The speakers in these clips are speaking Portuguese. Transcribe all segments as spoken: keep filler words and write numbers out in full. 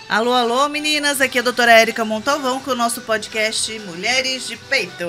Alô, alô, meninas, aqui é a doutora Érica Montalvão com o nosso podcast Mulheres de Peito.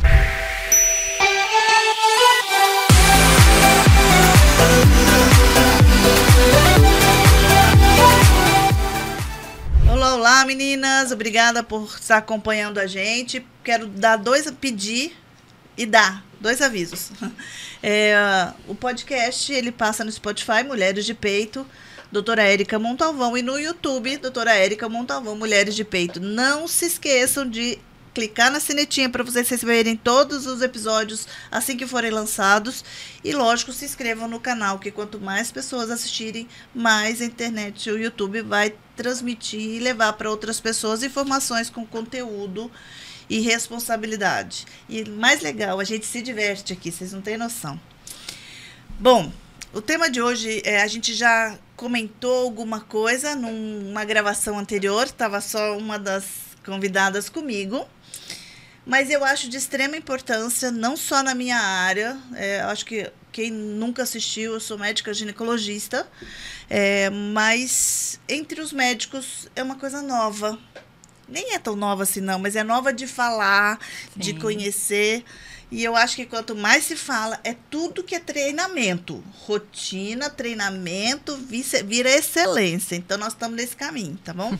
Olá, olá, meninas, obrigada por estar acompanhando a gente. Quero dar dois, pedir e dar dois avisos. É, o podcast, ele passa no Spotify, Mulheres de Peito, doutora Érica Montalvão, e no YouTube, doutora Érica Montalvão, Mulheres de Peito. Não se esqueçam de clicar na sinetinha para vocês receberem todos os episódios assim que forem lançados. E, lógico, se inscrevam no canal, que quanto mais pessoas assistirem, mais a internet e o YouTube vai transmitir e levar para outras pessoas informações com conteúdo e responsabilidade. E mais legal, a gente se diverte aqui, vocês não têm noção. Bom, o tema de hoje, é, a gente já comentou alguma coisa numa gravação anterior, estava só uma das convidadas comigo, mas eu acho de extrema importância, não só na minha área, é, acho que quem nunca assistiu, eu sou médica ginecologista, é, mas entre os médicos é uma coisa nova. Nem é tão nova assim não, mas é nova de falar, Sim. de conhecer. E eu acho que quanto mais se fala, é tudo que é treinamento. Rotina, treinamento, vira excelência. Então, nós estamos nesse caminho, tá bom?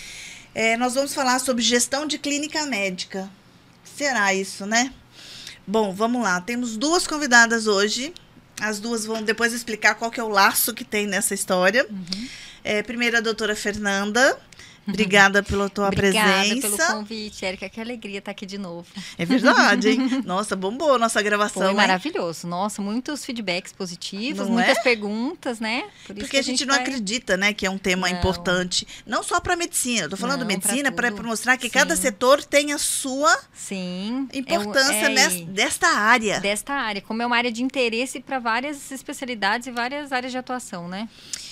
é, nós vamos falar sobre gestão de clínica médica. Será isso, né? Bom, vamos lá. Temos duas convidadas hoje. As duas vão depois explicar qual que é o laço que tem nessa história. Uhum. É, primeiro, a doutora Fernanda. Obrigada pela tua Obrigada presença. Obrigada pelo convite, Érica. Que alegria estar aqui de novo. É verdade, hein? Nossa, bombou a nossa gravação. Foi hein? maravilhoso. Nossa, muitos feedbacks positivos, não muitas é? perguntas, né? Por Porque a gente, a gente não vai... acredita, né, que é um tema não. importante. Não só para medicina. Eu tô falando não, medicina para mostrar que Sim. cada setor tem a sua Sim. importância é, é, nesta, desta área. Desta área. Como é uma área de interesse para várias especialidades e várias áreas de atuação, né?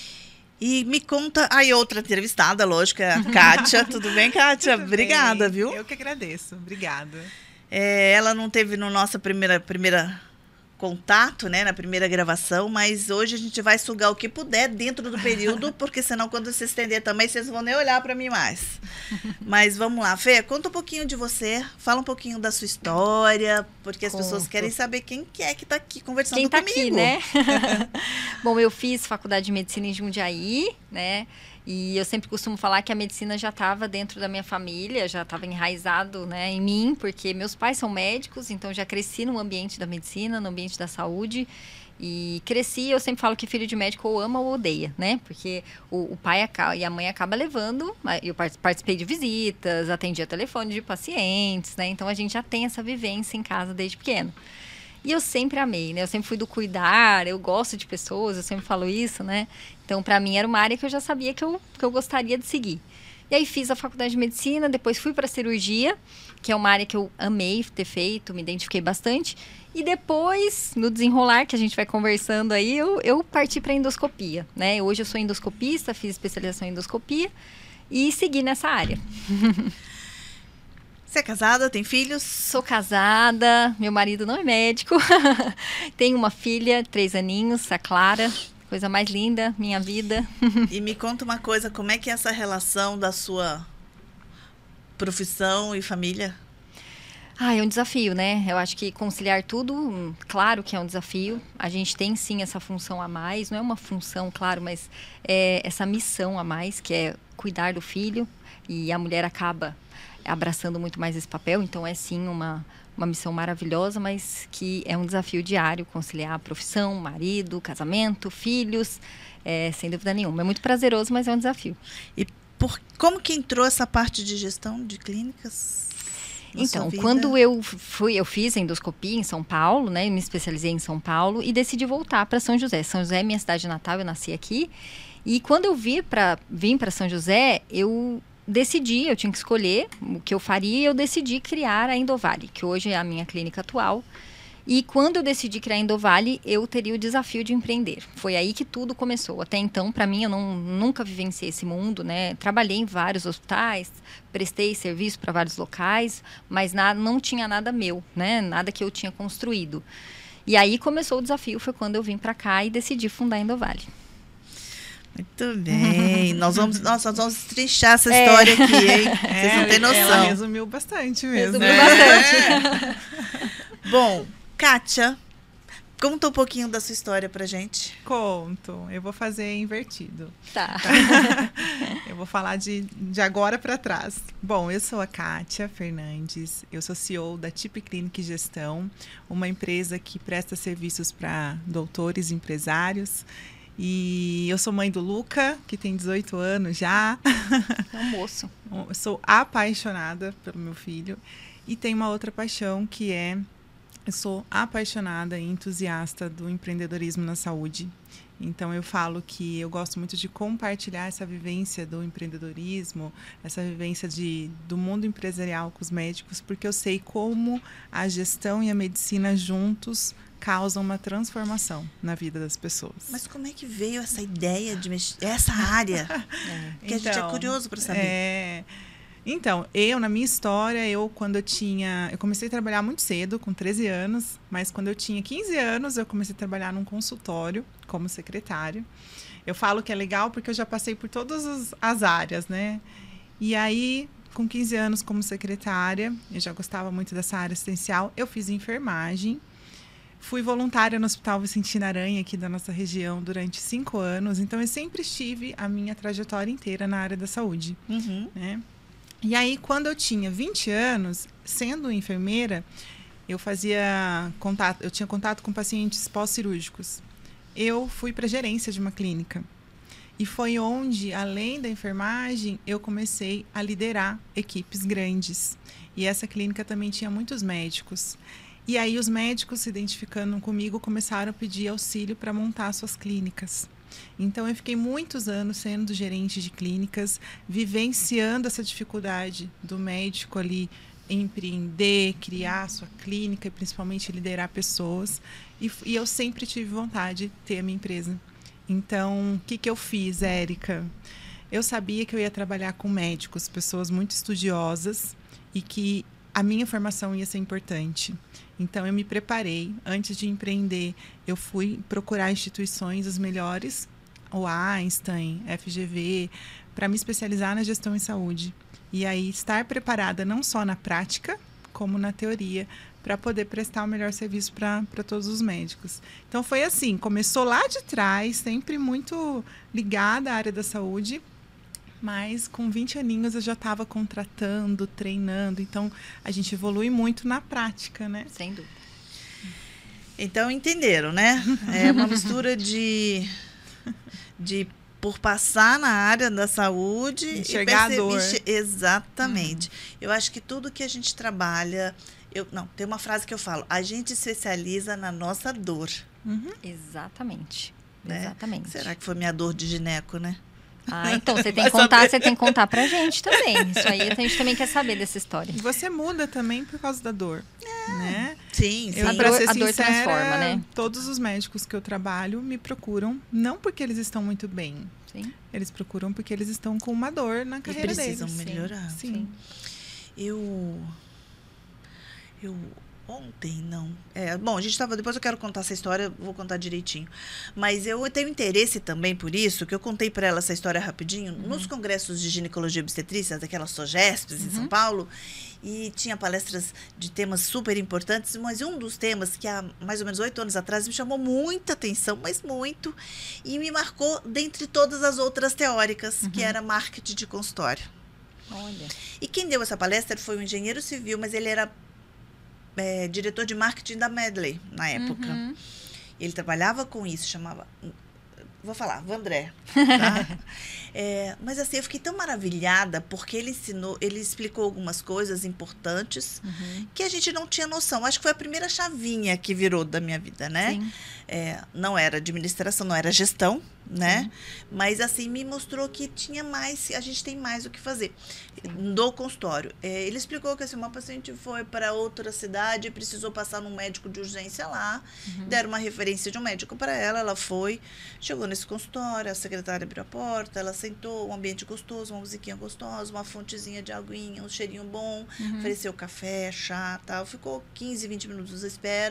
E me conta, aí outra entrevistada, lógico, é a Kátia. Tudo bem, Kátia? Tudo Obrigada, bem. viu? Eu que agradeço, obrigada. É, ela não teve no nosso primeira, primeira contato, né, na primeira gravação, mas hoje a gente vai sugar o que puder dentro do período, porque senão quando se estender também, vocês vão nem olhar para mim mais. Mas vamos lá, Fê, conta um pouquinho de você, fala um pouquinho da sua história, porque as Conto. pessoas querem saber quem que é que está aqui conversando quem tá comigo. Aqui, né? Bom, eu fiz faculdade de medicina em Jundiaí, né? E eu sempre costumo falar que a medicina já estava dentro da minha família, já estava enraizado, né, em mim, porque meus pais são médicos, então já cresci no ambiente da medicina, no ambiente da saúde. E cresci, eu sempre falo que filho de médico ou ama ou odeia, né? Porque o, o pai e a mãe acabam levando, eu participei de visitas, atendia telefone de pacientes, né? Então a gente já tem essa vivência em casa desde pequeno. E eu sempre amei, né? Eu sempre fui do cuidar, eu gosto de pessoas, eu sempre falo isso, né? Então, para mim, era uma área que eu já sabia que eu, que eu gostaria de seguir. E aí, fiz a faculdade de medicina, depois fui para cirurgia, que é uma área que eu amei ter feito, me identifiquei bastante. E depois, no desenrolar, que a gente vai conversando aí, eu, eu parti para endoscopia, né? Hoje eu sou endoscopista, fiz especialização em endoscopia e segui nessa área. Você é casada, tem filhos? Sou casada, meu marido não é médico. Tenho uma filha, três aninhos, a Clara. Coisa mais linda, minha vida. E me conta uma coisa, como é que é essa relação da sua profissão e família? Ah, é um desafio, né? Eu acho que conciliar tudo, claro que é um desafio. A gente tem, sim, essa função a mais. Não é uma função, claro, mas é essa missão a mais, que é cuidar do filho. E a mulher acaba abraçando muito mais esse papel. Então, é, sim, uma... uma missão maravilhosa, mas que é um desafio diário conciliar a profissão, marido, casamento, filhos, é, sem dúvida nenhuma. É muito prazeroso, mas é um desafio. E por, como que entrou essa parte de gestão de clínicas? Então, quando eu fui, eu fiz endoscopia em São Paulo, né? Me especializei em São Paulo e decidi voltar para São José. São José é minha cidade natal, eu nasci aqui. E quando eu vi pra, vim para São José, eu decidi, eu tinha que escolher o que eu faria, eu decidi criar a Endovale, que hoje é a minha clínica atual. E quando eu decidi criar a Endovale, eu teria o desafio de empreender. Foi aí que tudo começou. Até então, para mim, eu não, nunca vivenciei esse mundo, né? Trabalhei em vários hospitais, prestei serviço para vários locais, mas nada, não tinha nada meu, né? Nada que eu tinha construído. E aí começou o desafio, foi quando eu vim para cá e decidi fundar a Endovale. Muito bem. Nós vamos, nossa, nós vamos trinchar essa história é. aqui, hein? Vocês não têm noção. Ela resumiu bastante mesmo. Resumiu é. bastante. Bom, Kátia, conta um pouquinho da sua história pra gente. Conto. Eu vou fazer invertido. Tá. Eu vou falar de, de agora para trás. Bom, eu sou a Kátia Fernandes. Eu sou C E O da Tip Clinic Gestão, uma empresa que presta serviços para doutores e empresários. E eu sou mãe do Luca, que tem dezoito anos já. É um moço. Eu sou apaixonada pelo meu filho. E tem uma outra paixão que é... Eu sou apaixonada e entusiasta do empreendedorismo na saúde. Então, eu falo que eu gosto muito de compartilhar essa vivência do empreendedorismo, essa vivência de, do mundo empresarial com os médicos, porque eu sei como a gestão e a medicina juntos causam uma transformação na vida das pessoas. Mas como é que veio essa ideia de mexer, essa área? É. Porque então, a gente é curioso para saber. É... Então, eu, na minha história, eu quando eu tinha... Eu comecei a trabalhar muito cedo, com treze anos, mas quando eu tinha quinze anos, eu comecei a trabalhar num consultório como secretária. Eu falo que é legal porque eu já passei por todas as, as áreas, né? E aí, com quinze anos como secretária, eu já gostava muito dessa área assistencial, eu fiz enfermagem. Fui voluntária no Hospital Vicentina Aranha, aqui da nossa região, durante cinco anos. Então, eu sempre estive a minha trajetória inteira na área da saúde, uhum. né? E aí, quando eu tinha vinte anos, sendo enfermeira, eu fazia contato, eu tinha contato com pacientes pós-cirúrgicos. Eu fui para a gerência de uma clínica. E foi onde, além da enfermagem, eu comecei a liderar equipes grandes. E essa clínica também tinha muitos médicos. E aí, os médicos, se identificando comigo, começaram a pedir auxílio para montar suas clínicas. Então, eu fiquei muitos anos sendo gerente de clínicas, vivenciando essa dificuldade do médico ali empreender, criar sua clínica e principalmente liderar pessoas. E, e eu sempre tive vontade de ter a minha empresa. Então, o que, que eu fiz, Érica? Eu sabia que eu ia trabalhar com médicos, pessoas muito estudiosas e que a minha formação ia ser importante. Então, eu me preparei. Antes de empreender, eu fui procurar instituições as melhores, o Einstein, F G V, para me especializar na gestão em saúde. E aí, estar preparada não só na prática, como na teoria, para poder prestar o melhor serviço para todos os médicos. Então, foi assim, começou lá de trás, sempre muito ligada à área da saúde, mas com vinte aninhos eu já estava contratando, treinando. Então, a gente evolui muito na prática, né? Sem dúvida. Então, entenderam, né? É uma mistura de, de por passar na área da saúde enxergar e perceber, a dor. enxer- exatamente. Uhum. Eu acho que tudo que a gente trabalha... Eu, não, tem uma frase que eu falo. A gente especializa na nossa dor. Uhum. Exatamente. Né? Exatamente. Será que foi minha dor de gineco, né? Ah, então você tem que contar, você tem que contar pra gente também. Isso aí a gente também quer saber dessa história. E você muda também por causa da dor, é. né? Sim, sim. Eu, a pra dor, ser a dor sincera, transforma, né? Todos os médicos que eu trabalho me procuram, não porque eles estão muito bem. Sim. Eles procuram porque eles estão com uma dor na carreira e precisam deles. melhorar. Sim. Sim. Eu... Eu... Ontem, não. É, bom, a gente estava... Depois eu quero contar essa história, vou contar direitinho. Mas eu tenho interesse também por isso, que eu contei para ela essa história rapidinho, uhum. nos congressos de ginecologia e obstetrícia, daquelas SOGESPs uhum. em São Paulo, e tinha palestras de temas super importantes, mas um dos temas que há mais ou menos oito anos atrás me chamou muita atenção, mas muito, e me marcou dentre todas as outras teóricas, uhum. que era marketing de consultório. Olha. E quem deu essa palestra foi um engenheiro civil, mas ele era É, diretor de marketing da Medley, na época. Uhum. Ele trabalhava com isso, chamava... Vou falar, Vandré. Tá? é, mas assim, eu fiquei tão maravilhada, porque ele ensinou, ele explicou algumas coisas importantes uhum. que a gente não tinha noção. Acho que foi a primeira chavinha que virou da minha vida, né? Sim. É, não era administração, não era gestão, né? Sim. Mas assim, me mostrou que tinha mais, a gente tem mais o que fazer. Sim. Do consultório. É, ele explicou que assim, uma paciente foi para outra cidade e precisou passar num médico de urgência lá, uhum. deram uma referência de um médico para ela, ela foi, chegou nesse consultório, a secretária abriu a porta, ela sentou, um ambiente gostoso, uma musiquinha gostosa, uma fontezinha de aguinha, um cheirinho bom, uhum. ofereceu café, chá, tal, ficou quinze, vinte minutos à espera.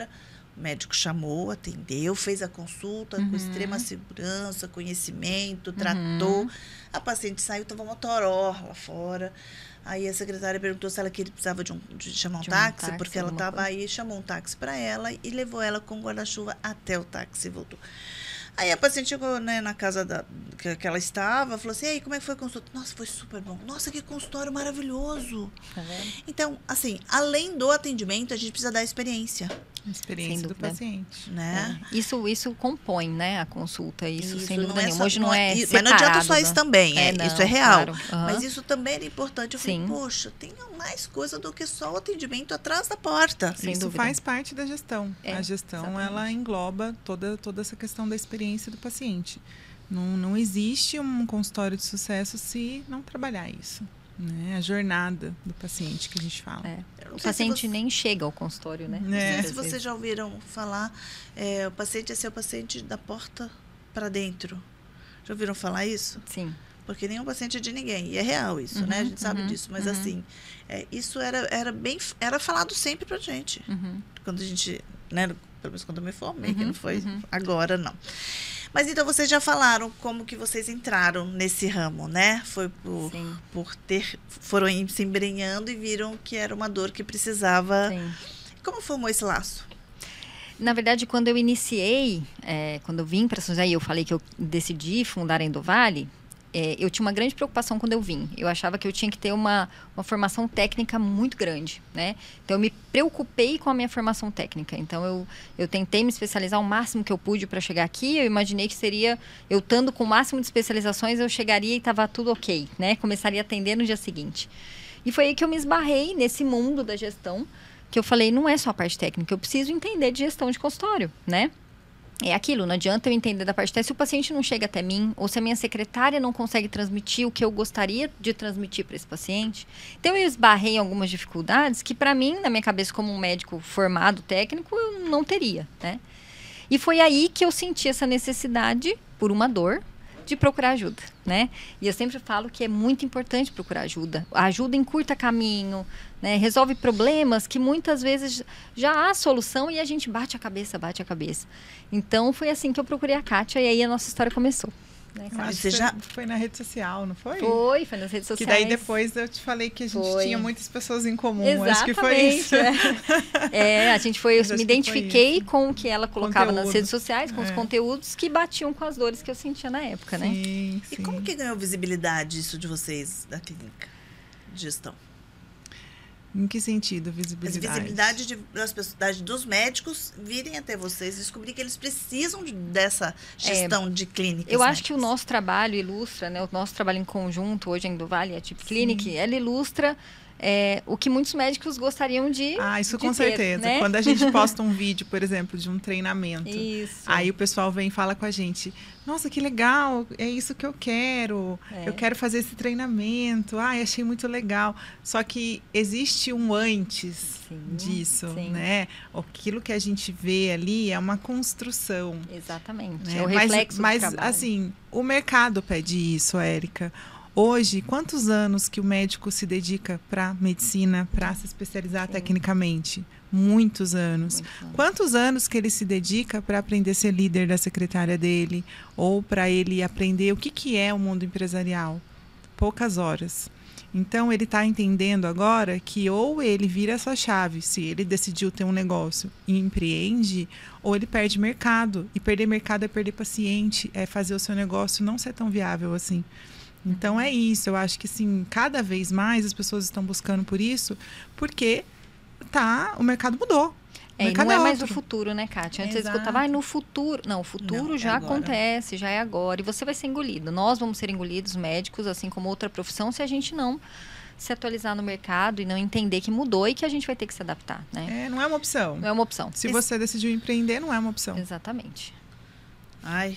O médico chamou, atendeu, fez a consulta Uhum. com extrema segurança, conhecimento, tratou. A paciente saiu, estava uma toró lá fora. Aí a secretária perguntou se ela queria, precisava de, um, de chamar um De um táxi, táxi, porque ela alguma estava coisa. aí, chamou um táxi para ela e levou ela com guarda-chuva até o táxi e voltou. Aí a paciente chegou, né, na casa da, que, que ela estava, falou assim, e aí, como é que foi a consulta? Nossa, foi super bom. Nossa, que consultório maravilhoso. Tá vendo? Então, assim, além do atendimento, a gente precisa dar experiência, A experiência Sem do dúvida. paciente. né? É. Isso, isso compõe, né, a consulta, isso, sem dúvida é nenhuma. só- Hoje não é isso- Mas não adianta separado, só isso né? também, é, É, não, isso é real. claro. Aham. Mas isso também era importante. Eu falei, Sim. poxa, tem mais coisa do que só o atendimento atrás da porta. Sem Isso dúvida. faz parte da gestão. É, a gestão, exatamente. ela engloba toda, toda essa questão da experiência do paciente. Não, não existe um consultório de sucesso se não trabalhar isso. Né? A jornada do paciente que a gente fala. É. Eu não O sei se paciente você- nem chega ao consultório, né? É. Não sei se Muitas vocês vezes. já ouviram falar, é, o paciente é ser o paciente da porta para dentro. Já ouviram falar isso? Sim. Porque nenhum paciente é de ninguém. E é real isso, né? A Uhum, gente sabe uhum, disso. Mas uhum. assim, é, isso era, era bem. Era falado sempre pra gente. Uhum. Quando a gente. Né, pelo menos quando eu me formei, que Uhum, não foi uhum. agora, não. Mas então vocês já falaram como que vocês entraram nesse ramo, né? Foi por, Sim. por ter. Foram em- se embrenhando e viram que era uma dor que precisava. Sim. Como formou esse laço? Na verdade, quando eu iniciei, é, quando eu vim para São José e eu falei que eu decidi fundar a Endovale, é, eu tinha uma grande preocupação quando eu vim. Eu achava que eu tinha que ter uma, uma formação técnica muito grande, né? Então, eu me preocupei com a minha formação técnica. Então, eu, eu tentei me especializar o máximo que eu pude para chegar aqui. Eu imaginei que seria, eu estando com o máximo de especializações, eu chegaria e estava tudo ok, né? Começaria a atender no dia seguinte. E foi aí que eu me esbarrei nesse mundo da gestão, que eu falei, não é só a parte técnica, eu preciso entender de gestão de consultório, né? É aquilo, não adianta eu entender da parte técnica se o paciente não chega até mim, ou se a minha secretária não consegue transmitir o que eu gostaria de transmitir para esse paciente. Então, eu esbarrei em algumas dificuldades que, para mim, na minha cabeça, como um médico formado técnico, eu não teria, né? E foi aí que eu senti essa necessidade, por uma dor, de procurar ajuda, né? E eu sempre falo que é muito importante procurar ajuda. A ajuda encurta caminho, né? Resolve problemas que muitas vezes já há solução e a gente bate a cabeça, bate a cabeça. Então, foi assim que eu procurei a Kátia e aí a nossa história começou. Né, Eu Kátia? acho Você que já- foi na rede social, não foi? Foi, foi nas redes Que sociais. daí depois eu te falei que a gente Foi. tinha muitas pessoas em comum. Exatamente, Acho que foi isso. É, É, a gente foi, eu Mas me acho que foi identifiquei isso. com o que ela colocava nas Conteúdo. redes sociais, com os É. conteúdos que batiam com as dores que eu sentia na época, né? Sim, E sim. como que ganhou visibilidade isso de vocês, da clínica de gestão? Em que sentido, A visibilidade? visibilidade de, das pessoas, da- dos médicos virem até vocês, descobrir que eles precisam de- dessa gestão de clínicas. Eu acho que o médicas. nosso trabalho ilustra, né? O nosso trabalho em conjunto hoje em Endovale, a Tip Clinic, ela ilustra é, o que muitos médicos gostariam de Ah, isso de com ter, certeza. né? Quando a gente posta um vídeo, por exemplo, de um treinamento, Isso. aí o pessoal vem e fala com a gente: nossa, que legal, é isso que eu quero. É. Eu quero fazer esse treinamento. Ai, achei muito legal. Só que existe um antes Sim, disso, sim. né? Aquilo que a gente vê ali é uma construção. Exatamente. Né? É o Mas- reflexo do mas, trabalho. assim, o mercado pede isso, Érica. Hoje, quantos anos que o médico se dedica para medicina, para se especializar Sim. tecnicamente? Muitos anos. Muito bom. Quantos anos que ele se dedica para aprender a ser líder da secretária dele ou para ele aprender o que, que é o mundo empresarial? Poucas horas. Então, ele está entendendo agora que ou ele vira essa chave, se ele decidiu ter um negócio e empreende, ou ele perde mercado. E perder mercado é perder paciente, é fazer o seu negócio não ser tão viável assim. Então, é isso. Eu acho que, sim, cada vez mais as pessoas estão buscando por isso, porque tá, o mercado mudou. O É, e mercado não é mais o outro. futuro, né, Kátia? Antes eu Exato. escutava, ah, no futuro. Não, o futuro Não, é já agora. acontece, já é agora. E você vai ser engolido. Nós vamos ser engolidos, médicos, assim como outra profissão, se a gente não se atualizar no mercado e não entender que mudou e que a gente vai ter que se adaptar, né? É, não é uma opção. Não é uma opção. Se Esse- você decidiu empreender, não é uma opção. Exatamente. Ai,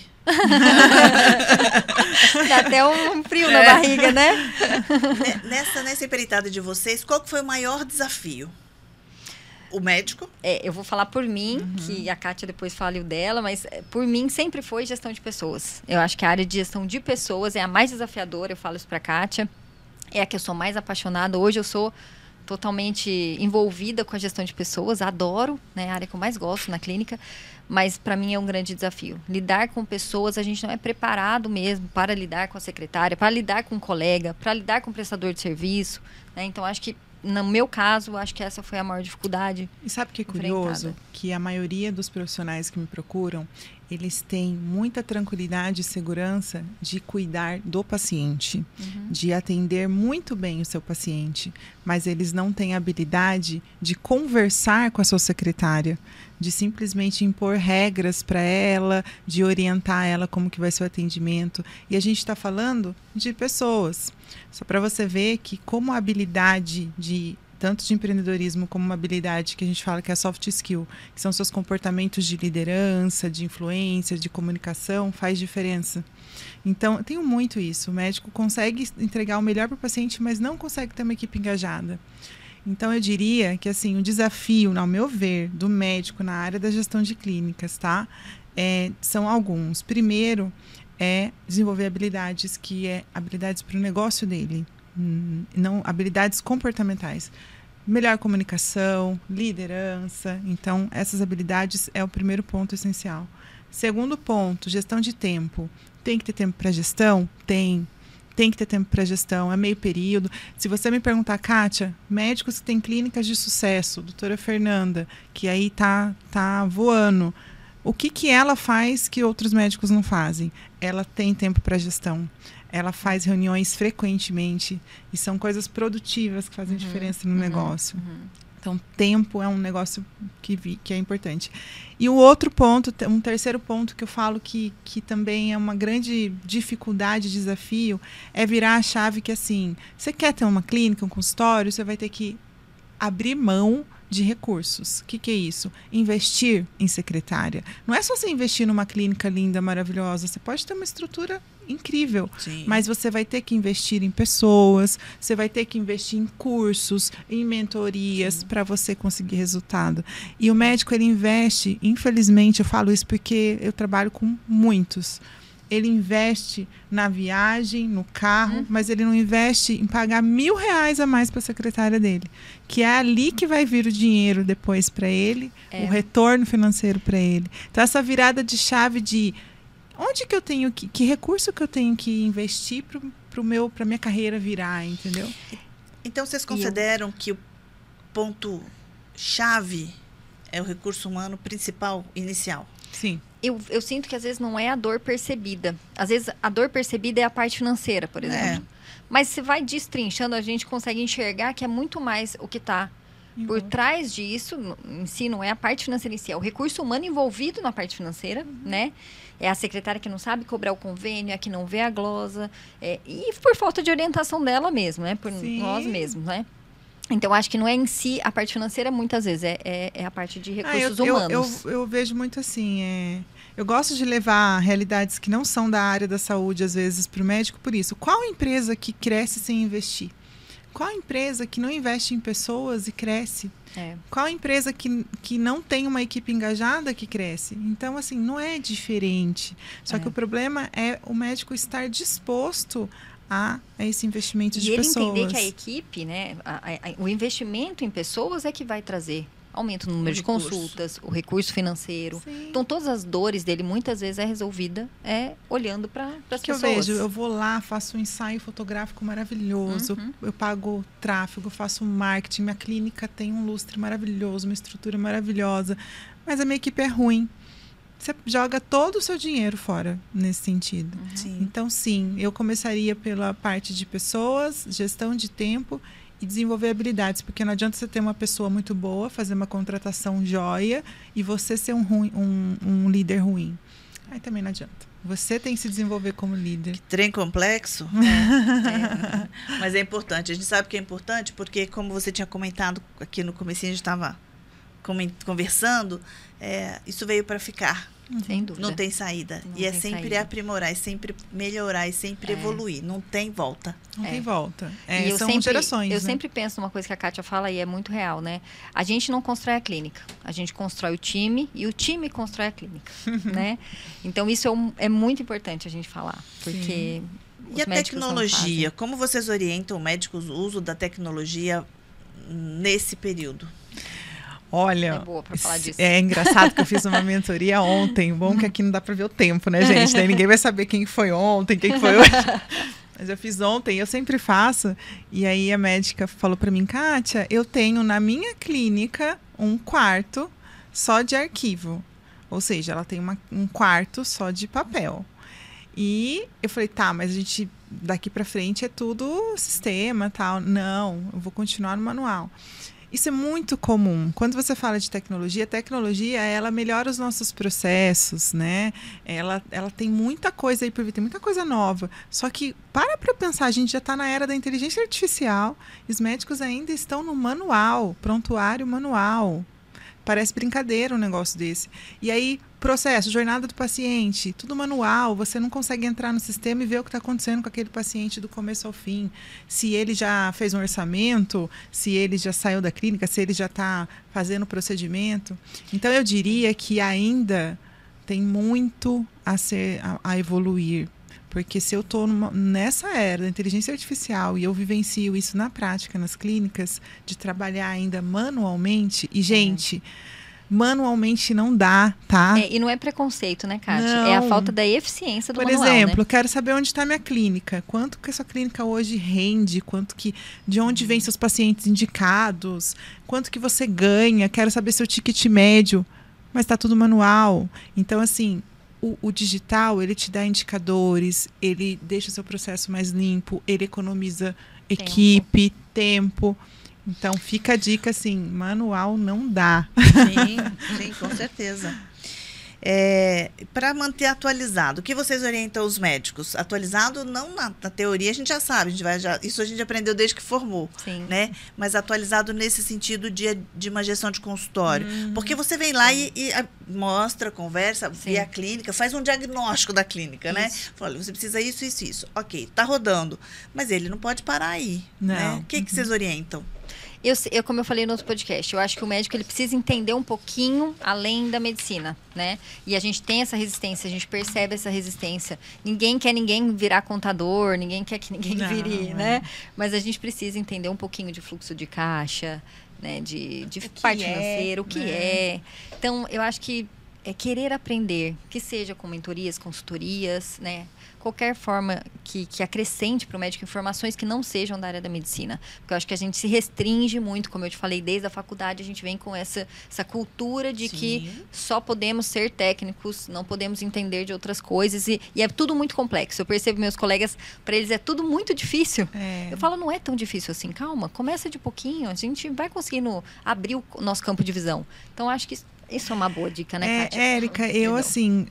Dá até um frio na É. barriga, né? ne- nessa, nessa empreitada de vocês, qual que foi o maior desafio? O médico? É, eu vou falar por mim, Uhum. que a Kátia depois fale o dela, mas é, por mim sempre foi gestão de pessoas. Eu acho que a área de gestão de pessoas é a mais desafiadora, eu falo isso pra Kátia. É a que eu sou mais apaixonada. Hoje eu sou totalmente envolvida com a gestão de pessoas, adoro, né, a área que eu mais gosto na clínica, mas para mim é um grande desafio. Lidar com pessoas, a gente não é preparado mesmo para lidar com a secretária, para lidar com um colega, para lidar com o prestador de serviço, né? Então acho que no meu caso, acho que essa foi a maior dificuldade. E sabe o que é curioso? Que a maioria dos profissionais que me procuram, eles têm muita tranquilidade e segurança de cuidar do paciente, uhum. de atender muito bem o seu paciente, mas eles não têm habilidade de conversar com a sua secretária, de simplesmente impor regras para ela, de orientar ela como que vai ser o atendimento. E a gente está falando de pessoas. Só para você ver que como a habilidade de tanto de empreendedorismo como uma habilidade que a gente fala que é a soft skill, que são seus comportamentos de liderança, de influência, de comunicação, faz diferença. Então, eu tenho muito isso. O médico consegue entregar o melhor para o paciente, mas não consegue ter uma equipe engajada. Então, eu diria que assim, o desafio, ao meu ver, do médico na área da gestão de clínicas, tá? É, são alguns. Primeiro, é desenvolver habilidades que é habilidades para o negócio dele, não habilidades comportamentais. Melhor comunicação, liderança. Então, essas habilidades é o primeiro ponto essencial. Segundo ponto, gestão de tempo. Tem que ter tempo para gestão? Tem. Tem que ter tempo para gestão, é meio período. Se você me perguntar, Kátia, médicos que têm clínicas de sucesso, doutora Fernanda, que aí tá, tá voando, o que, que ela faz que outros médicos não fazem? Ela tem tempo para gestão. Ela faz reuniões frequentemente e são coisas produtivas que fazem uhum, diferença no uhum, negócio. Uhum. Então, tempo é um negócio que, vi, que é importante. E o outro ponto, um terceiro ponto que eu falo que, que também é uma grande dificuldade, desafio, é virar a chave que, assim, você quer ter uma clínica, um consultório, você vai ter que abrir mão de recursos. O que, que é isso? Investir em secretária. Não é só você investir numa clínica linda, maravilhosa. Você pode ter uma estrutura incrível, Sim. mas você vai ter que investir em pessoas, você vai ter que investir em cursos, em mentorias para você conseguir resultado. E o médico, ele investe, infelizmente, eu falo isso porque eu trabalho com muitos. Ele investe na viagem, no carro, hum. mas ele não investe em pagar mil reais a mais para a secretária dele. Que é ali que vai vir o dinheiro depois para ele, é. o retorno financeiro para ele. Então, essa virada de chave de onde que eu tenho que, que recurso que eu tenho que investir para a minha carreira virar, entendeu? Então, vocês consideram eu... que o ponto-chave é o recurso humano principal, inicial? Sim. Eu, eu sinto que às vezes não é a dor percebida. Às vezes a dor percebida é a parte financeira, por exemplo. É. Mas se vai destrinchando, a gente consegue enxergar que é muito mais o que está uhum. por trás disso, em si, não é a parte financeira em si, é o recurso humano envolvido na parte financeira, uhum. né? É a secretária que não sabe cobrar o convênio, é a que não vê a glosa, é, e por falta de orientação dela mesmo, né? Por Sim. nós mesmos, né? Então, acho que não é em si a parte financeira, muitas vezes, é, é, é a parte de recursos ah, eu, humanos. Eu, eu, eu vejo muito assim, é, eu gosto de levar realidades que não são da área da saúde, às vezes, para o médico, por isso. Qual empresa que cresce sem investir? Qual empresa que não investe em pessoas e cresce? É. Qual empresa que, que não tem uma equipe engajada que cresce? Então, assim, não é diferente. Só é. que o problema é o médico estar disposto a, a esse investimento de e pessoas. E ele entender que a equipe, né, a, a, o investimento em pessoas é que vai trazer aumento no número o de recurso. consultas, o recurso financeiro. Sim. Então, todas as dores dele, muitas vezes, é resolvida é olhando para as pessoas. Que eu vejo, eu vou lá, faço um ensaio fotográfico maravilhoso, uhum. eu, eu pago tráfego, faço marketing, minha clínica tem um lustre maravilhoso, uma estrutura maravilhosa, mas a minha equipe é ruim. Você joga todo o seu dinheiro fora nesse sentido. Uhum. Sim. Então, sim, eu começaria pela parte de pessoas, gestão de tempo e desenvolver habilidades, porque não adianta você ter uma pessoa muito boa, fazer uma contratação joia e você ser um, ruim, um, um líder ruim. Aí também não adianta. Você tem que se desenvolver como líder. Que trem complexo. É, é. Mas é importante. A gente sabe que é importante porque, como você tinha comentado aqui no comecinho, a gente estava conversando, é, isso veio para ficar. Sem dúvida. Não tem saída. Não e é tem sempre saída. aprimorar, é sempre melhorar, é sempre é. evoluir. Não tem volta. Não é. tem volta. É, e eu são sempre, gerações. Eu né? sempre penso numa coisa que a Kátia fala e é muito real, né? A gente não constrói a clínica. A gente constrói o time e o time constrói a clínica. né? Então, isso é, um, é muito importante a gente falar. Porque... Sim. E a tecnologia? Como vocês orientam médicos o uso da tecnologia nesse período? Olha, é boa pra falar disso. É engraçado que eu fiz uma mentoria ontem. Bom que aqui não dá para ver o tempo, né, gente? Daí ninguém vai saber quem foi ontem, quem foi hoje. Mas eu fiz ontem, eu sempre faço. E aí a médica falou para mim, Kátia, eu tenho na minha clínica um quarto só de arquivo. Ou seja, ela tem uma, um quarto só de papel. E eu falei, tá, mas a gente daqui para frente é tudo sistema, tal. Não, eu vou continuar no manual. Isso é muito comum. Quando você fala de tecnologia, a tecnologia, ela melhora os nossos processos, né? Ela, ela tem muita coisa aí por vir, tem muita coisa nova. Só que, para para pensar, a gente já está na era da inteligência artificial. Os médicos ainda estão no manual, prontuário manual. Parece brincadeira um negócio desse. E aí, processo, jornada do paciente, tudo manual. Você não consegue entrar no sistema e ver o que está acontecendo com aquele paciente do começo ao fim. Se ele já fez um orçamento, se ele já saiu da clínica, se ele já está fazendo o procedimento. Então, eu diria que ainda tem muito a, ser, a, a evoluir. Porque se eu estou nessa era da inteligência artificial e eu vivencio isso na prática, nas clínicas, de trabalhar ainda manualmente, e, gente, é. manualmente não dá, tá? É, e não é preconceito, né, Kátia? Não. É a falta da eficiência do Por manual, exemplo, né? eu quero saber onde está minha clínica, quanto que a sua clínica hoje rende, quanto que, de onde vêm seus pacientes indicados, quanto que você ganha, quero saber seu ticket médio, mas está tudo manual. Então, assim... O, o digital, ele te dá indicadores, ele deixa o seu processo mais limpo, ele economiza equipe, tempo. tempo. Então, fica a dica, assim, manual não dá. Sim, sim, com certeza. É, para manter atualizado, o que vocês orientam os médicos? Atualizado não na, na teoria, a gente já sabe, a gente vai já, isso a gente aprendeu desde que formou, Sim. né? Mas atualizado nesse sentido de, de uma gestão de consultório. Uhum. Porque você vem lá e, e a, mostra, conversa, Sim. vê a clínica, faz um diagnóstico da clínica, isso. né? Fala, você precisa isso, isso, isso. Ok, tá rodando. Mas ele não pode parar aí. Não. Né? O que, uhum. que vocês orientam? Eu, eu, como eu falei no outro podcast, eu acho que o médico ele precisa entender um pouquinho além da medicina, né? E a gente tem essa resistência, a gente percebe essa resistência. Ninguém quer ninguém virar contador, ninguém quer que ninguém Não, vire, é. né? Mas a gente precisa entender um pouquinho de fluxo de caixa, né? De, de que parte é, financeira, o que né? é. Então, eu acho que é querer aprender, que seja com mentorias, consultorias, né? Qualquer forma que, que acrescente para o médico informações que não sejam da área da medicina. Porque eu acho que a gente se restringe muito, como eu te falei, desde a faculdade a gente vem com essa, essa cultura de Sim. que só podemos ser técnicos, não podemos entender de outras coisas. E, e é tudo muito complexo. Eu percebo meus colegas, para eles é tudo muito difícil. É. Eu falo, não é tão difícil assim, calma, começa de pouquinho, a gente vai conseguindo abrir o nosso campo de visão. Então, acho que isso é uma boa dica, né, É, Kátia? Érica, eu Perdão. assim,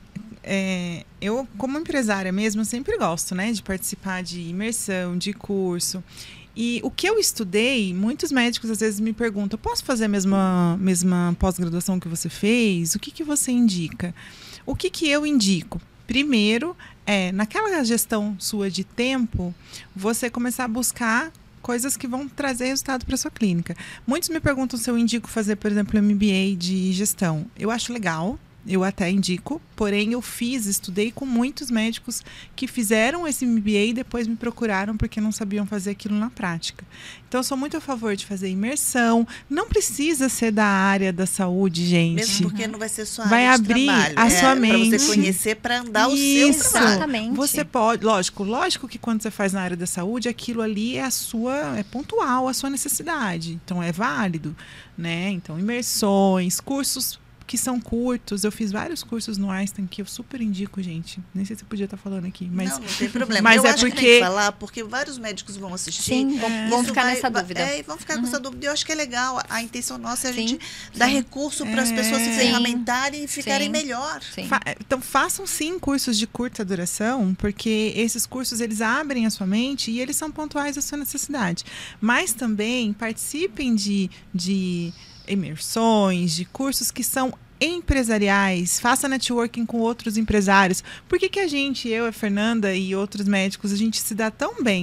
é, eu como empresária mesmo, eu sempre gosto, né, de participar de imersão, de curso. E o que eu estudei, muitos médicos às vezes me perguntam, posso fazer a mesma, mesma pós-graduação que você fez? O que, que você indica? O que, que eu indico? Primeiro, é, naquela gestão sua de tempo, você começar a buscar coisas que vão trazer resultado para sua clínica. Muitos me perguntam se eu indico fazer, por exemplo, M B A de gestão. Eu acho legal, eu até indico, porém eu fiz, estudei com muitos médicos que fizeram esse M B A e depois me procuraram porque não sabiam fazer aquilo na prática. Então, eu sou muito a favor de fazer imersão. Não precisa ser da área da saúde, gente. Mesmo porque não vai ser sua Vai área de abrir trabalho. a é, sua mente. Para você conhecer, para andar o Isso. seu trabalho. Exatamente. Você pode, lógico, lógico que quando você faz na área da saúde, aquilo ali é a sua, é pontual, a sua necessidade. Então, é válido, né? Então, imersões, cursos que são curtos. Eu fiz vários cursos no Einstein que eu super indico, gente. Nem sei se eu podia estar falando aqui, mas Não, não tem problema. Mas eu é acho porque- que tem que falar, porque vários médicos vão assistir. Sim, vão, É. vão Isso ficar vai- nessa vai- dúvida. É, e vão ficar com essa dúvida. Eu acho que é legal. A, a intenção nossa é a Sim, gente dar recurso para as É. pessoas se Sim. ferramentarem e ficarem Sim. melhor. Sim. Fa- então façam sim cursos de curta duração, porque esses cursos eles abrem a sua mente e eles são pontuais à sua necessidade. Mas também participem de, de imersões, de cursos que são empresariais, faça networking com outros empresários. Por que que a gente, eu, a Fernanda e outros médicos, a gente se dá tão bem? Porque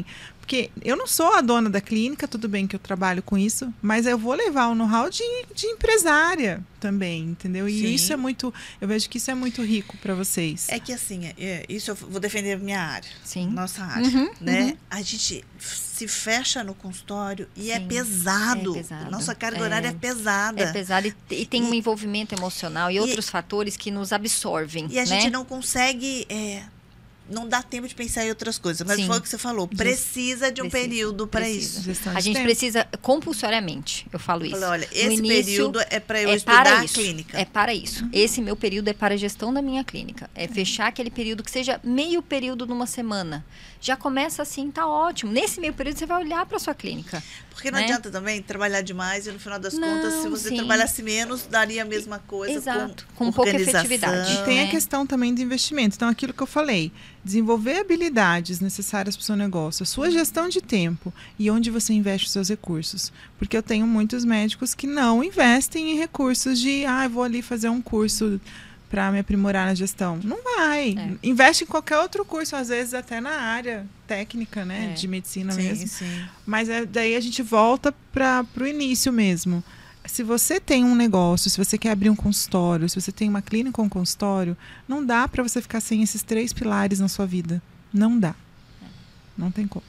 Porque eu não sou a dona da clínica, tudo bem que eu trabalho com isso, mas eu vou levar o know-how de, de empresária também, entendeu? E Sim. isso é muito, eu vejo que isso é muito rico para vocês. É que assim, é, isso eu vou defender a minha área, Sim. nossa área, Uhum, né? uhum. A gente se fecha no consultório e é Sim, pesado. é pesado. Nossa carga É. horária é pesada. É pesado e, e tem E- um envolvimento emocional e, e- outros fatores que nos absorvem. E a né? gente não consegue, é, não dá tempo de pensar em outras coisas. Mas Sim. foi o que você falou, precisa de um Precisa, período para precisa. isso. Gestão A de gente tempo. precisa compulsoriamente, eu falo isso. Falei, olha, No esse início, período é para eu é estudar para a isso. clínica. É para isso. Esse meu período é para a gestão da minha clínica. É fechar aquele período que seja meio período numa semana. Já começa assim, tá ótimo. Nesse meio período você vai olhar para sua clínica. Porque não né? adianta também trabalhar demais e no final das Não, contas, se você sim. trabalhasse menos, daria a mesma coisa. Exato, com, com pouca organização. efetividade. E tem a né? questão também de investimento. Então, aquilo que eu falei, desenvolver habilidades necessárias para o seu negócio, a sua gestão de tempo e onde você investe os seus recursos. Porque eu tenho muitos médicos que não investem em recursos de, ah, eu vou ali fazer um curso para me aprimorar na gestão. Não vai. É. Investe em qualquer outro curso, às vezes até na área técnica, né, É. de medicina Sim, mesmo. sim. Mas é, daí a gente volta para o início mesmo. Se você tem um negócio, se você quer abrir um consultório, se você tem uma clínica ou um consultório, não dá para você ficar sem esses três pilares na sua vida. Não dá. Não tem como.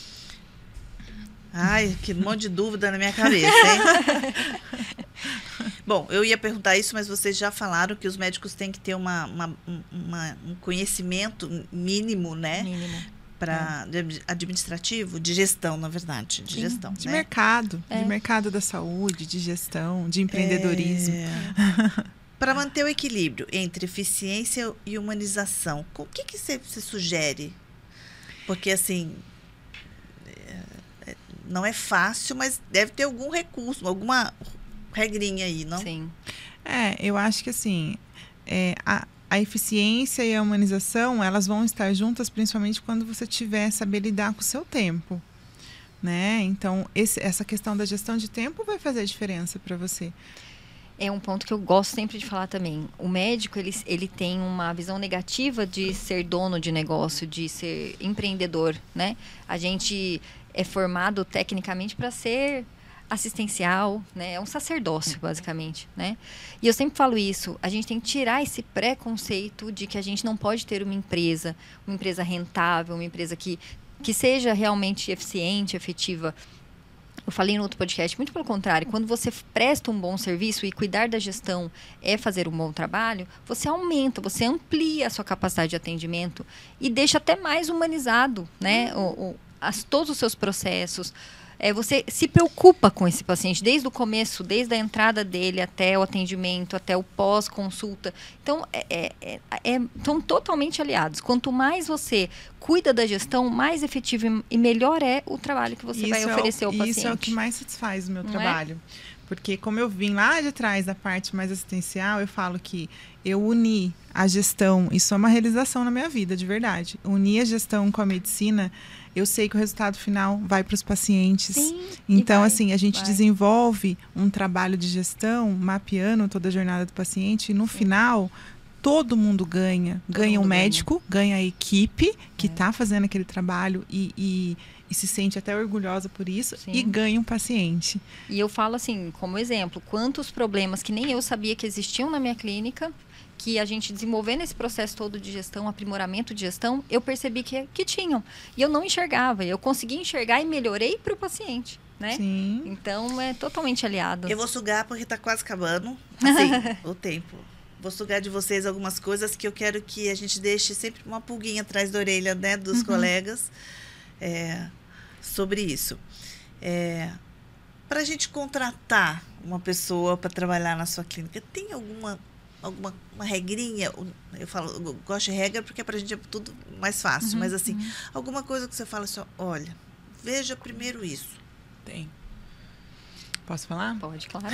Ai, que monte de dúvida na minha cabeça, hein? Bom, eu ia perguntar isso, mas vocês já falaram que os médicos têm que ter uma, uma, uma- um conhecimento mínimo, né? Mínimo. Para administrativo, de gestão, na verdade, de Sim, gestão, De né? mercado, É. de mercado da saúde, de gestão, de empreendedorismo. Para manter o equilíbrio entre eficiência e humanização, o que que você você sugere? Porque assim, é, é, não é fácil, mas deve ter algum recurso, alguma regrinha aí, não? Sim. É, eu acho que assim, é, a, a eficiência e a humanização, elas vão estar juntas principalmente quando você tiver saber lidar com o seu tempo, né? Então, esse, essa questão da gestão de tempo vai fazer a diferença para você. É um ponto que eu gosto sempre de falar também. O médico, ele, ele tem uma visão negativa de ser dono de negócio, de ser empreendedor, né? A gente é formado tecnicamente para ser assistencial, né? É um sacerdócio, basicamente, né? E eu sempre falo isso, a gente tem que tirar esse preconceito de que a gente não pode ter uma empresa, uma empresa rentável, uma empresa que, que seja realmente eficiente, efetiva. Eu falei no outro podcast, muito pelo contrário, quando você presta um bom serviço e cuidar da gestão é fazer um bom trabalho, você aumenta, você amplia a sua capacidade de atendimento e deixa até mais humanizado, né? O, o, as, todos os seus processos. É, você se preocupa com esse paciente desde o começo, desde a entrada dele até o atendimento, até o pós-consulta. Então, é, é, é, é, são totalmente aliados. Quanto mais você cuida da gestão, mais efetivo e melhor é o trabalho que você Isso vai é o- oferecer ao paciente. Isso é o que mais satisfaz o meu Não é? trabalho. Porque como eu vim lá de trás da parte mais assistencial, eu falo que eu uni a gestão, isso é uma realização na minha vida, de verdade. Unir a gestão com a medicina, eu sei que o resultado final vai para os pacientes. Sim, e Então, vai, assim, a gente vai. desenvolve um trabalho de gestão, mapeando toda a jornada do paciente, e no final, todo mundo ganha. Ganha o mundo médico, ganha. a equipe que É. está fazendo aquele trabalho e, e, e se sente até orgulhosa por isso, Sim. e ganha um paciente. E eu falo assim, como exemplo, quantos problemas que nem eu sabia que existiam na minha clínica, que a gente desenvolvendo esse processo todo de gestão, aprimoramento de gestão, eu percebi que, que tinham. E eu não enxergava, eu consegui enxergar e melhorei para o paciente, né? Sim. Então, é totalmente aliado. Eu vou sugar porque está quase acabando, assim, o tempo. Vou sugar de vocês algumas coisas que eu quero que a gente deixe sempre uma pulguinha atrás da orelha, né, dos Uhum. colegas, é, sobre isso. É, para a gente contratar uma pessoa para trabalhar na sua clínica, tem alguma alguma uma regrinha? Eu falo, eu gosto de regra porque para a gente é tudo mais fácil, Uhum, mas assim, uhum. alguma coisa que você fala assim, olha, veja primeiro isso. Tem. Posso falar? Pode, claro.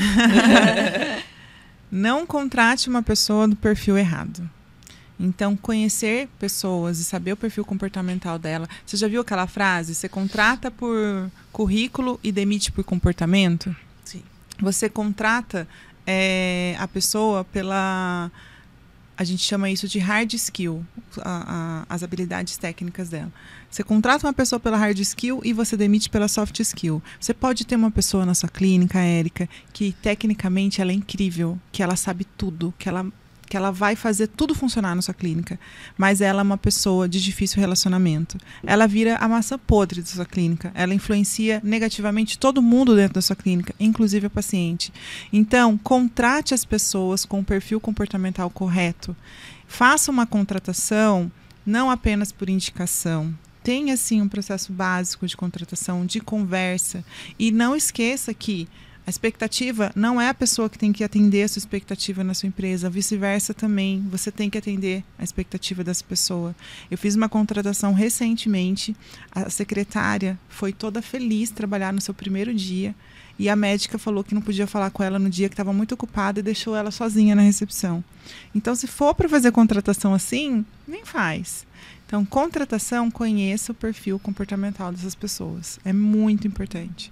Não contrate uma pessoa do perfil errado. Então, conhecer pessoas e saber o perfil comportamental dela. Você já viu aquela frase? Você contrata por currículo e demite por comportamento? Sim. Você contrata é, a pessoa pela a gente chama isso de hard skill, a, a, as habilidades técnicas dela. Você contrata uma pessoa pela hard skill e você demite pela soft skill. Você pode ter uma pessoa na sua clínica, Érica, que tecnicamente ela é incrível, que ela sabe tudo, que ela, que ela vai fazer tudo funcionar na sua clínica, mas ela é uma pessoa de difícil relacionamento. Ela vira a maçã podre da sua clínica. Ela influencia negativamente todo mundo dentro da sua clínica, inclusive o paciente. Então, contrate as pessoas com o perfil comportamental correto. Faça uma contratação não apenas por indicação. Tenha, sim, um processo básico de contratação, de conversa. E não esqueça que a expectativa não é a pessoa que tem que atender a sua expectativa na sua empresa, vice-versa também. Você tem que atender a expectativa dessa pessoa. Eu fiz uma contratação recentemente, a secretária foi toda feliz trabalhar no seu primeiro dia e a médica falou que não podia falar com ela no dia, que estava muito ocupada e deixou ela sozinha na recepção. Então, se for para fazer contratação assim, nem faz. Então, contratação, conheça o perfil comportamental dessas pessoas. É muito importante.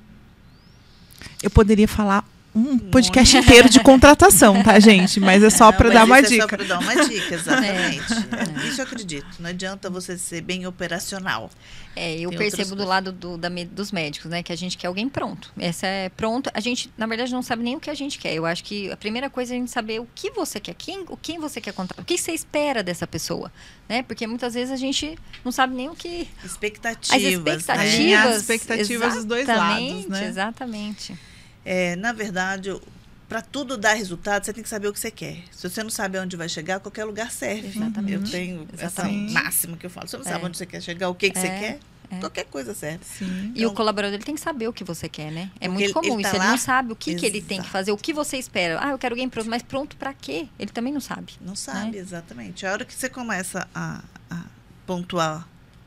Eu poderia falar um podcast muito inteiro de contratação, tá, gente? Mas é só para dar uma dica. É só para dar uma dica, exatamente. É. Isso eu acredito. Não adianta você ser bem operacional. É, eu Tem percebo do lado do, da, dos médicos, né, que a gente quer alguém pronto. Essa é pronto. A gente, na verdade, não sabe nem o que a gente quer. Eu acho que a primeira coisa é a gente saber o que você quer, quem, o quem você quer contratar, o que você espera dessa pessoa, né? Porque muitas vezes a gente não sabe nem o que... Expectativas. As expectativas. Né? As expectativas dos dois lados, né? Exatamente. É, na verdade, para tudo dar resultado, você tem que saber o que você quer. Se você não sabe aonde vai chegar, qualquer lugar serve. Exatamente. Eu tenho Exatamente. essa máxima que eu falo. Se você não sabe é. onde você quer chegar, o que, que é. você quer, É. qualquer coisa serve. Sim. E então, o colaborador ele tem que saber o que você quer, né? É muito ele, comum ele tá isso. lá, ele não sabe o que, que ele exato. tem que fazer, o que você espera. Ah, eu quero alguém pronto, mas pronto pra quê? Ele também não sabe. Não sabe, né? exatamente. A hora que você começa a, a pontuar.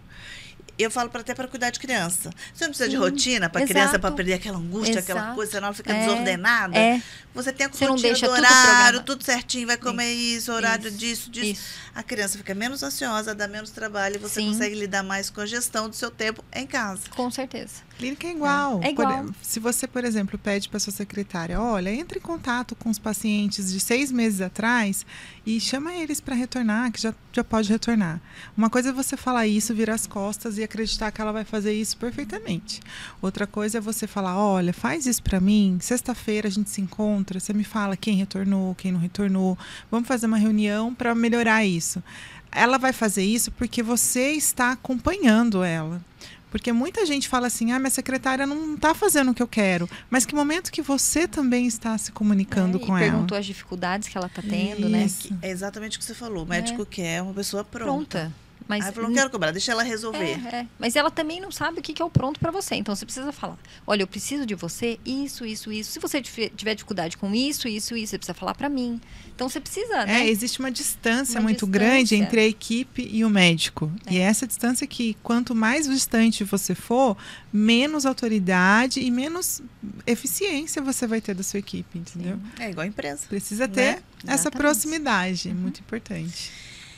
Eu falo para até para cuidar de criança. Você não precisa Sim, de rotina para criança, para perder aquela angústia, exato. aquela coisa, senão ela fica é, desordenada. É. Você tem a você rotina não deixa do tudo horário, tudo certinho, vai comer isso, isso, horário isso, disso, disso. Isso. A criança fica menos ansiosa, dá menos trabalho e você Sim. consegue lidar mais com a gestão do seu tempo em casa. Com certeza. Clínica é igual. É, é igual. Por, se você, por exemplo, pede para sua secretária, olha, entre em contato com os pacientes de seis meses atrás e chama eles para retornar, que já, já pode retornar. Uma coisa é você falar isso, virar as costas e acreditar que ela vai fazer isso perfeitamente. Outra coisa é você falar, olha, faz isso para mim, sexta-feira a gente se encontra, você me fala quem retornou, quem não retornou, vamos fazer uma reunião para melhorar isso. Ela vai fazer isso porque você está acompanhando ela. Porque muita gente fala assim, ah, minha secretária não está fazendo o que eu quero. Mas que momento que você também está se comunicando é, com e ela? Perguntou as dificuldades que ela está tendo, né? É exatamente o que você falou. O médico é. quer uma pessoa pronta. Pronta. Mas Aí falou, não quero cobrar, deixa ela resolver. É, é. Mas ela também não sabe o que é o pronto para você. Então, você precisa falar, olha, eu preciso de você, isso, isso, isso. Se você tiver dificuldade com isso, isso, isso, você precisa falar para mim. Então, você precisa, né? É, existe uma distância uma muito distância. grande entre a equipe e o médico. É. E é essa distância que, quanto mais distante você for, menos autoridade e menos eficiência você vai ter da sua equipe, entendeu? Sim. É igual a empresa. Precisa ter né? essa Exatamente. proximidade, Uhum. muito importante.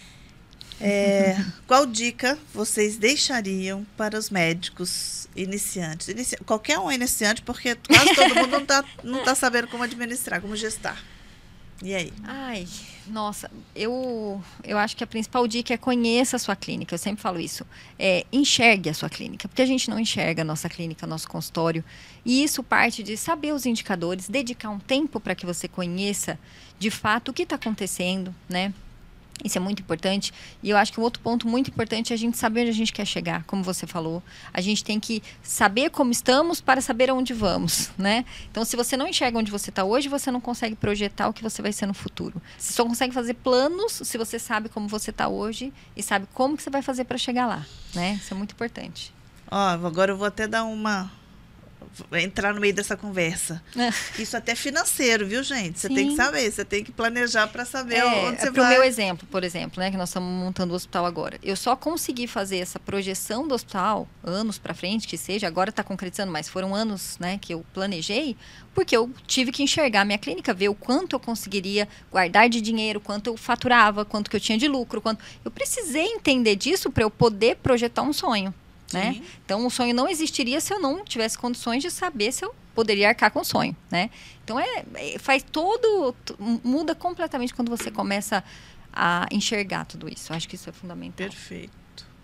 É, qual dica vocês deixariam para os médicos iniciantes? Inici... Qualquer um é iniciante, porque quase todo mundo não está não tá sabendo como administrar, como gestar. E aí? Ai, nossa, eu, eu acho que a principal dica é conheça a sua clínica. Eu sempre falo isso. É, enxergue a sua clínica, porque a gente não enxerga a nossa clínica, nosso consultório. E isso parte de saber os indicadores, dedicar um tempo para que você conheça de fato o que está acontecendo, né? Isso é muito importante. E eu acho que um outro ponto muito importante é a gente saber onde a gente quer chegar, como você falou. A gente tem que saber como estamos para saber aonde vamos, né? Então, se você não enxerga onde você está hoje, você não consegue projetar o que você vai ser no futuro. Você só consegue fazer planos se você sabe como você está hoje e sabe como que você vai fazer para chegar lá, né? Isso é muito importante. Ó, agora eu vou até dar uma... entrar no meio dessa conversa. Isso até é financeiro, viu, gente? Você Sim. tem que saber, você tem que planejar para saber é, onde você é pro vai. meu exemplo, por exemplo, né, que nós estamos montando o hospital agora. Eu só consegui fazer essa projeção do hospital, anos para frente, que seja, agora está concretizando, mas foram anos, né, que eu planejei, porque eu tive que enxergar a minha clínica, ver o quanto eu conseguiria guardar de dinheiro, quanto eu faturava, quanto que eu tinha de lucro, quanto... Eu precisei entender disso para eu poder projetar um sonho. Né? Então, o sonho não existiria se eu não tivesse condições de saber se eu poderia arcar com o sonho, né? Então, é, é, faz todo... Muda completamente quando você começa a enxergar tudo isso. Eu acho que isso é fundamental. Perfeito.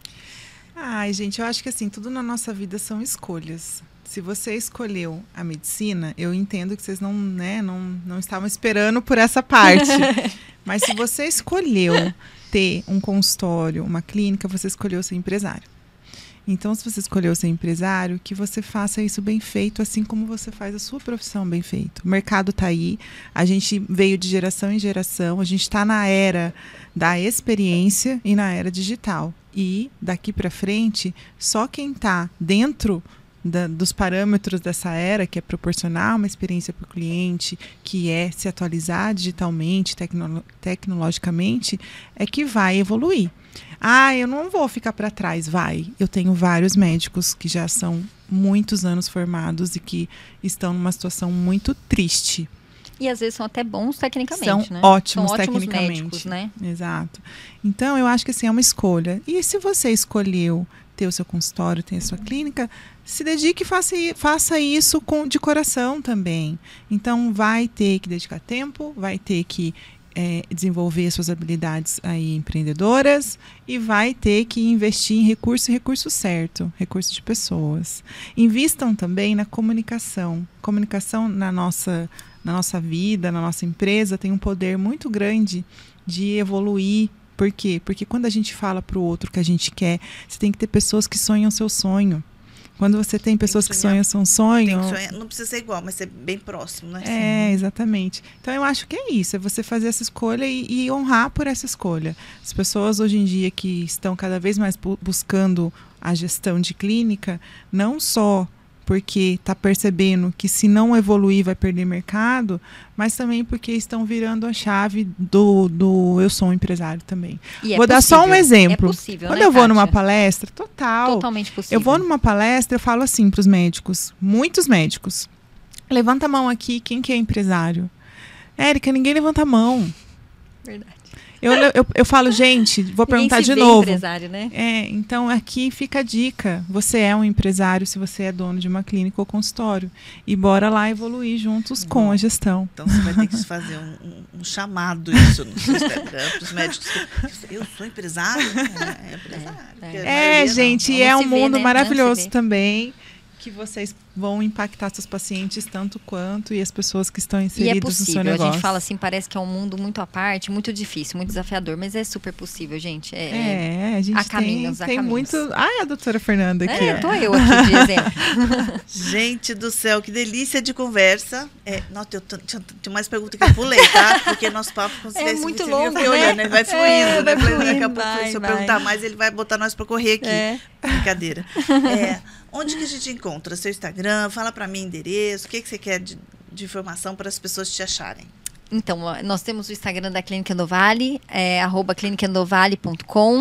Ai, gente, eu acho que assim, tudo na nossa vida são escolhas. Se você escolheu a medicina, eu entendo que vocês não, né, não, não estavam esperando por essa parte. Mas se você escolheu ter um consultório, uma clínica, você escolheu ser empresário. Então, se você escolheu ser empresário, que você faça isso bem feito, assim como você faz a sua profissão bem feito. O mercado está aí, a gente veio de geração em geração, a gente está na era da experiência e na era digital. E daqui para frente, só quem está dentro da, dos parâmetros dessa era, que é proporcionar uma experiência para o cliente, que é se atualizar digitalmente, tecno, tecnologicamente, é que vai evoluir. Ah, eu não vou ficar para trás, vai. Eu tenho vários médicos que já são muitos anos formados e que estão numa situação muito triste. E às vezes são até bons tecnicamente, são né? Ótimos são ótimos tecnicamente, médicos, né? Exato. Então, eu acho que assim, é uma escolha. E se você escolheu ter o seu consultório, ter a sua clínica, se dedique e faça, faça isso com, de coração também. Então, vai ter que dedicar tempo, vai ter que é, desenvolver suas habilidades aí empreendedoras e vai ter que investir em recurso e recurso certo, recurso de pessoas. Invistam também na comunicação. Comunicação na nossa, na nossa vida, na nossa empresa, tem um poder muito grande de evoluir. Por quê? Porque quando a gente fala para o outro que a gente quer, você tem que ter pessoas que sonham seu sonho. Quando você tem pessoas tem que, que sonham seu sonho... Sonhar, não precisa ser igual, mas ser bem próximo, né? É, exatamente. Então, eu acho que é isso. É você fazer essa escolha e, e honrar por essa escolha. As pessoas, hoje em dia, que estão cada vez mais bu- buscando a gestão de clínica, não só porque está percebendo que se não evoluir vai perder mercado, mas também porque estão virando a chave do, do eu sou um empresário também. E vou é dar possível. só um exemplo. É possível, Quando né, eu vou Kátia? numa palestra, total. Totalmente possível. Eu vou numa palestra, eu falo assim para os médicos, muitos médicos. Levanta a mão aqui, quem que é empresário? Érica, ninguém levanta a mão. Verdade. Eu, eu, eu falo, gente, vou perguntar Ninguém se de vê novo. empresário, né? É, então aqui fica a dica. Você é um empresário se você é dono de uma clínica ou consultório. E bora lá evoluir juntos Bom, com a gestão. Então você vai ter que fazer um, um, um chamado isso no seu Instagram para os médicos. Que, eu sou empresário? É, é empresário. É, é gente, não. é Vamos um se ver, mundo né? maravilhoso também. Que vocês vão impactar seus pacientes tanto quanto e as pessoas que estão E é inseridas no seu possível, a negócio. gente fala assim, parece que é um mundo muito à parte, muito difícil, muito desafiador, mas é super possível, gente. É, É, a gente há tem, caminhos, há tem caminhos. muito... Ai, a doutora Fernanda aqui. É, ó. tô eu aqui de exemplo. Gente do céu, que delícia de conversa. É, nossa, eu t- tinha, tinha mais perguntas que eu pulei, tá? Porque nosso papo com É esse- muito esse- longo, eu fiquei né? olhando, ele vai fluindo, É, né? vai Falei, Daqui a fluindo, pouco, vai, se eu vai. perguntar mais, ele vai botar nós pra correr aqui. É. Brincadeira. É, onde que a gente encontra? Seu Instagram? Fala pra mim endereço. O que, que você quer de, de informação para as pessoas te acharem? Então, ó, nós temos o Instagram da Clínica Endovale, é arroba clínica endovale ponto com.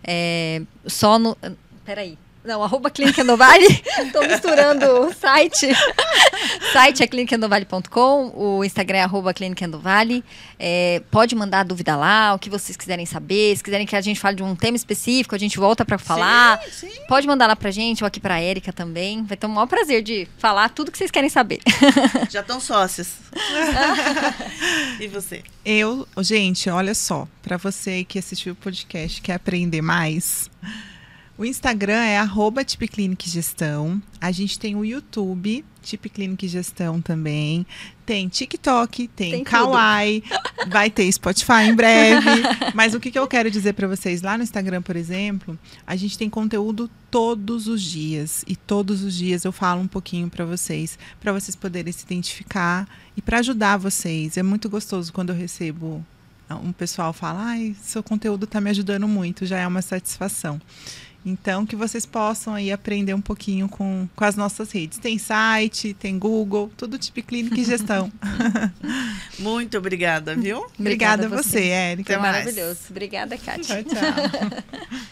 É, só no... Peraí. Não, arroba Clínica Endovale. Estou misturando o site. O site é clínica endovale ponto com. O Instagram é arroba Clínica Endovale. É, pode mandar dúvida lá, o que vocês quiserem saber. Se quiserem que a gente fale de um tema específico, a gente volta para falar. Sim, sim. Pode mandar lá pra gente, ou aqui pra Érica também. Vai ter o maior prazer de falar tudo que vocês querem saber. Já estão sócias. E você? Eu, gente, olha só, para você que assistiu o podcast, quer aprender mais, o Instagram é arroba Tipclinic Gestão. A gente tem o YouTube, Tipclinic Gestão também. Tem TikTok, tem, Tem Kawaii, vai ter Spotify em breve. Mas o que, que eu quero dizer para vocês? Lá no Instagram, por exemplo, a gente tem conteúdo todos os dias. E todos os dias eu falo um pouquinho para vocês, para vocês poderem se identificar e para ajudar vocês. É muito gostoso quando eu recebo um pessoal fala, ai, seu conteúdo está me ajudando muito, já é uma satisfação. Então, que vocês possam aí aprender um pouquinho com, com as nossas redes. Tem site, tem Google, tudo Tipclinic Gestão. Muito obrigada, viu? Obrigada a a você, Érica. Até mais. Maravilhoso. Obrigada, Kátia. Tchau, tchau.